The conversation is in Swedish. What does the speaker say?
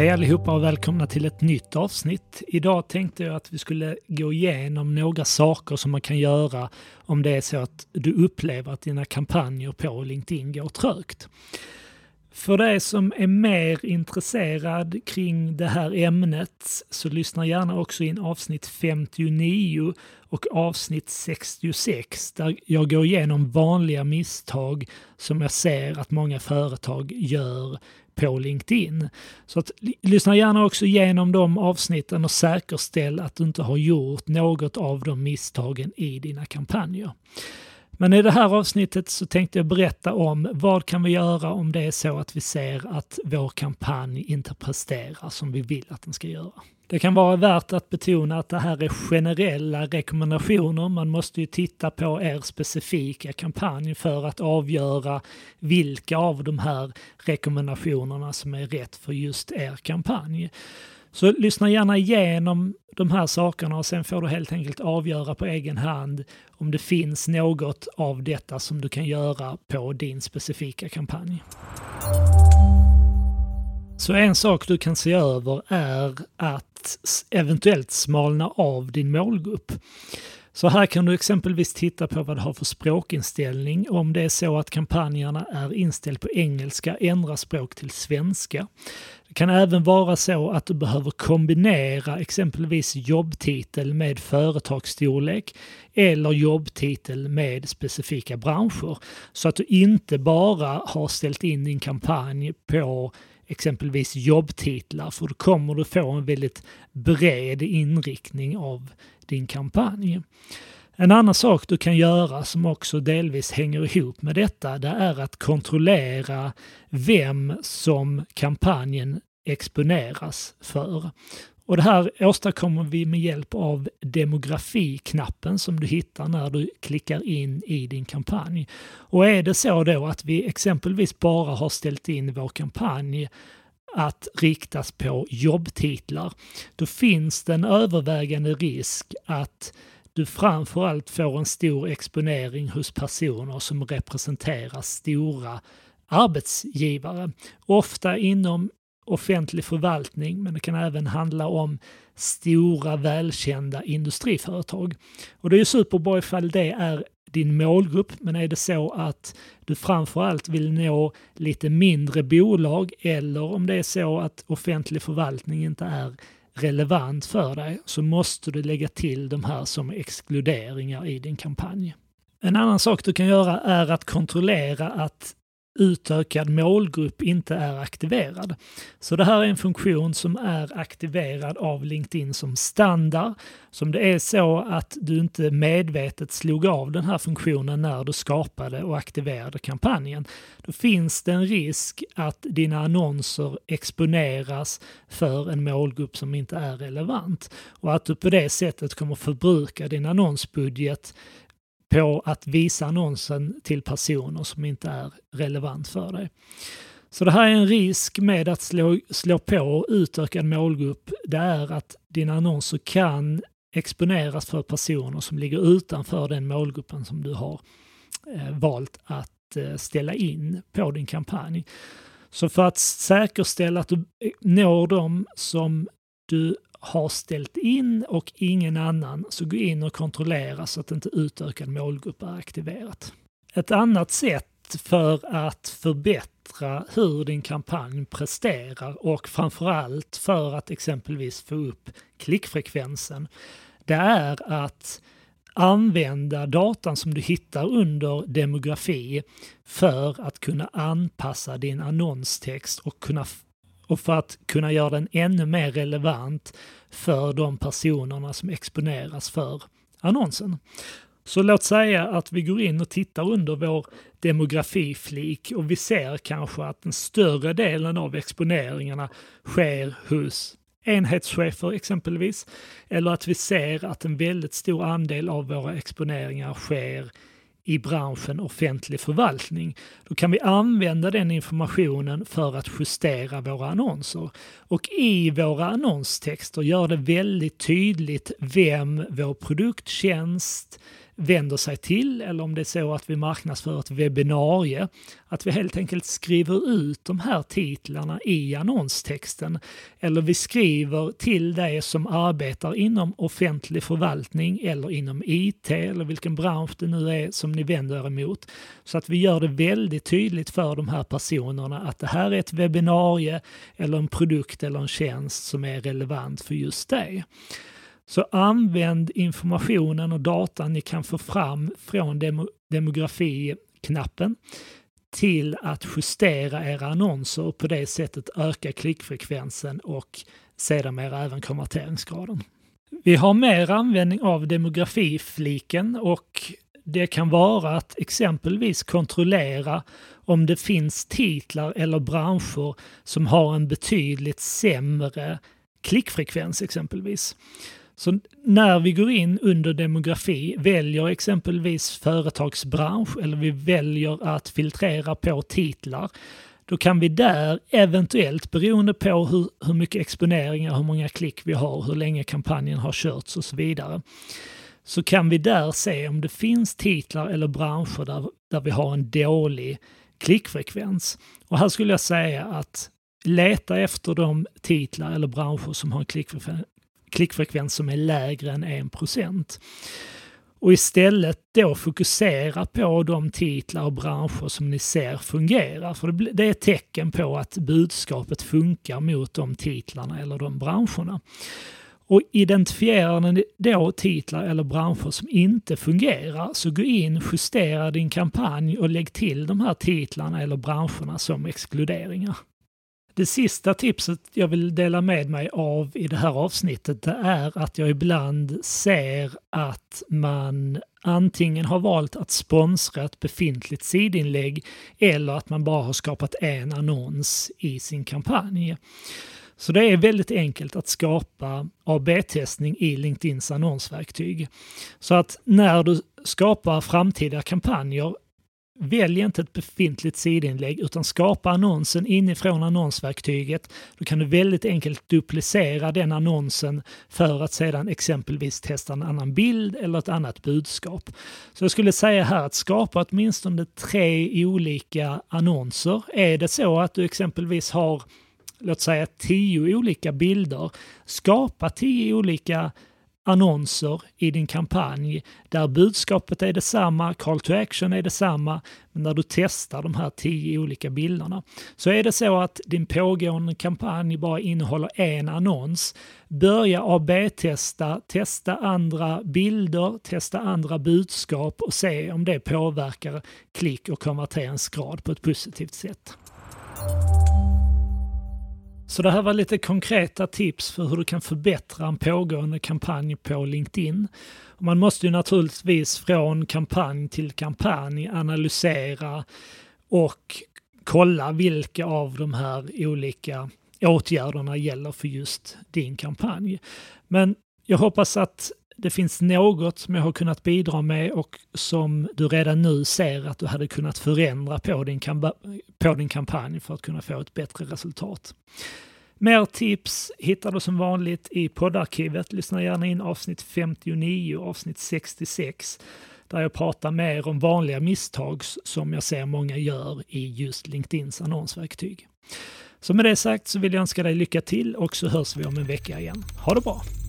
Hej allihopa och välkomna till ett nytt avsnitt. Idag tänkte jag att vi skulle gå igenom några saker som man kan göra om det är så att du upplever att dina kampanjer på LinkedIn går trögt. För dig som är mer intresserad kring det här ämnet så lyssna gärna också in avsnitt 59 och avsnitt 66 där jag går igenom vanliga misstag som jag ser att många företag gör på LinkedIn. Så att, lyssna gärna också igenom de avsnitten och säkerställ att du inte har gjort något av de misstagen i dina kampanjer. Men i det här avsnittet så tänkte jag berätta om vad kan vi göra om det är så att vi ser att vår kampanj inte presterar som vi vill att den ska göra. Det kan vara värt att betona att det här är generella rekommendationer. Man måste ju titta på er specifika kampanj för att avgöra vilka av de här rekommendationerna som är rätt för just er kampanj. Så lyssna gärna igenom de här sakerna och sen får du helt enkelt avgöra på egen hand om det finns något av detta som du kan göra på din specifika kampanj. Så en sak du kan se över är att eventuellt smalna av din målgrupp. Så här kan du exempelvis titta på vad du har för språkinställning. Om det är så att kampanjerna är inställd på engelska, ändra språk till svenska. Det kan även vara så att du behöver kombinera exempelvis jobbtitel med företagsstorlek eller jobbtitel med specifika branscher. Så att du inte bara har ställt in din kampanj på exempelvis jobbtitlar, för då kommer du få en väldigt bred inriktning av din kampanj. En annan sak du kan göra som också delvis hänger ihop med detta, det är att kontrollera vem som kampanjen exponeras för. Och det här åstadkommer vi med hjälp av demografiknappen som du hittar när du klickar in i din kampanj. Och är det så då att vi exempelvis bara har ställt in vår kampanj att riktas på jobbtitlar, då finns det en övervägande risk att du framförallt får en stor exponering hos personer som representerar stora arbetsgivare. Ofta inom offentlig förvaltning, men det kan även handla om stora välkända industriföretag. Och det är ju superbra ifall det är din målgrupp, men är det så att du framförallt vill nå lite mindre bolag eller om det är så att offentlig förvaltning inte är relevant för dig så måste du lägga till de här som exkluderingar i din kampanj. En annan sak du kan göra är att kontrollera att utökad målgrupp inte är aktiverad. Så det här är en funktion som är aktiverad av LinkedIn som standard. Så om det är så att du inte medvetet slog av den här funktionen när du skapade och aktiverade kampanjen, då finns det en risk att dina annonser exponeras för en målgrupp som inte är relevant och att du på det sättet kommer förbruka din annonsbudget på att visa annonsen till personer som inte är relevant för dig. Så det här är en risk med att slå på utökad målgrupp. Det är att dina annonser kan exponeras för personer som ligger utanför den målgruppen som du har valt att ställa in på din kampanj. Så för att säkerställa att du når dem som du har ställt in och ingen annan, så gå in och kontrollera så att inte utökad målgrupp är aktiverat. Ett annat sätt för att förbättra hur din kampanj presterar och framförallt för att exempelvis få upp klickfrekvensen, det är att använda datan som du hittar under demografi för att kunna anpassa din annonstext och för att kunna göra den ännu mer relevant för de personerna som exponeras för annonsen. Så låt säga att vi går in och tittar under vår demografiflik och vi ser kanske att den större delen av exponeringarna sker hos enhetschefer exempelvis, eller att vi ser att en väldigt stor andel av våra exponeringar sker i branschen offentlig förvaltning. Då kan vi använda den informationen för att justera våra annonser. Och i våra annonstexter gör det väldigt tydligt vem vår produkttjänst, vänder sig till, eller om det är så att vi marknadsför ett webbinarie, att vi helt enkelt skriver ut de här titlarna i annonstexten, eller vi skriver till dig som arbetar inom offentlig förvaltning eller inom IT eller vilken bransch det nu är som ni vänder er emot, så att vi gör det väldigt tydligt för de här personerna att det här är ett webbinarie eller en produkt eller en tjänst som är relevant för just dig. Så använd informationen och datan ni kan få fram från demografiknappen till att justera era annonser och på det sättet öka klickfrekvensen och sedermera även konverteringsgraden. Vi har mer användning av demografifliken och det kan vara att exempelvis kontrollera om det finns titlar eller branscher som har en betydligt sämre klickfrekvens exempelvis. Så när vi går in under demografi, väljer exempelvis företagsbransch eller vi väljer att filtrera på titlar, då kan vi där eventuellt, beroende på hur mycket exponeringar, hur många klick vi har, hur länge kampanjen har körts och så vidare, så kan vi där se om det finns titlar eller branscher där vi har en dålig klickfrekvens. Och här skulle jag säga att leta efter de titlar eller branscher som har en klickfrekvens som är lägre än 1%. Och istället då fokusera på de titlar och branscher som ni ser fungerar. För det är ett tecken på att budskapet funkar mot de titlarna eller de branscherna. Och identifierar ni då titlar eller branscher som inte fungerar, så gå in, justera din kampanj och lägg till de här titlarna eller branscherna som exkluderingar. Det sista tipset jag vill dela med mig av i det här avsnittet, det är att jag ibland ser att man antingen har valt att sponsra ett befintligt sidinlägg eller att man bara har skapat en annons i sin kampanj. Så det är väldigt enkelt att skapa AB-testning i LinkedIns annonsverktyg. Så att när du skapar framtida kampanjer, välj inte ett befintligt sidinlägg utan skapa annonsen inifrån annonsverktyget. Då kan du väldigt enkelt duplicera den annonsen för att sedan exempelvis testa en annan bild eller ett annat budskap. Så jag skulle säga här att skapa åtminstone 3 olika annonser. Är det så att du exempelvis har, låt säga 10 olika bilder, skapa 10 olika annonser i din kampanj där budskapet är detsamma, call to action är detsamma, men när du testar de här 10 olika bilderna. Så är det så att din pågående kampanj bara innehåller en annons, börja AB-testa, testa andra bilder, testa andra budskap och se om det påverkar klick- och konverteringsgrad på ett positivt sätt. Så det här var lite konkreta tips för hur du kan förbättra en pågående kampanj på LinkedIn. Man måste ju naturligtvis från kampanj till kampanj analysera och kolla vilka av de här olika åtgärderna gäller för just din kampanj. Men jag hoppas att det finns något som jag har kunnat bidra med och som du redan nu ser att du hade kunnat förändra på din kampanj för att kunna få ett bättre resultat. Mer tips hittar du som vanligt i poddarkivet. Lyssna gärna in avsnitt 59 och avsnitt 66 där jag pratar mer om vanliga misstag som jag ser många gör i just LinkedIns annonsverktyg. Så med det sagt så vill jag önska dig lycka till och så hörs vi om en vecka igen. Ha det bra!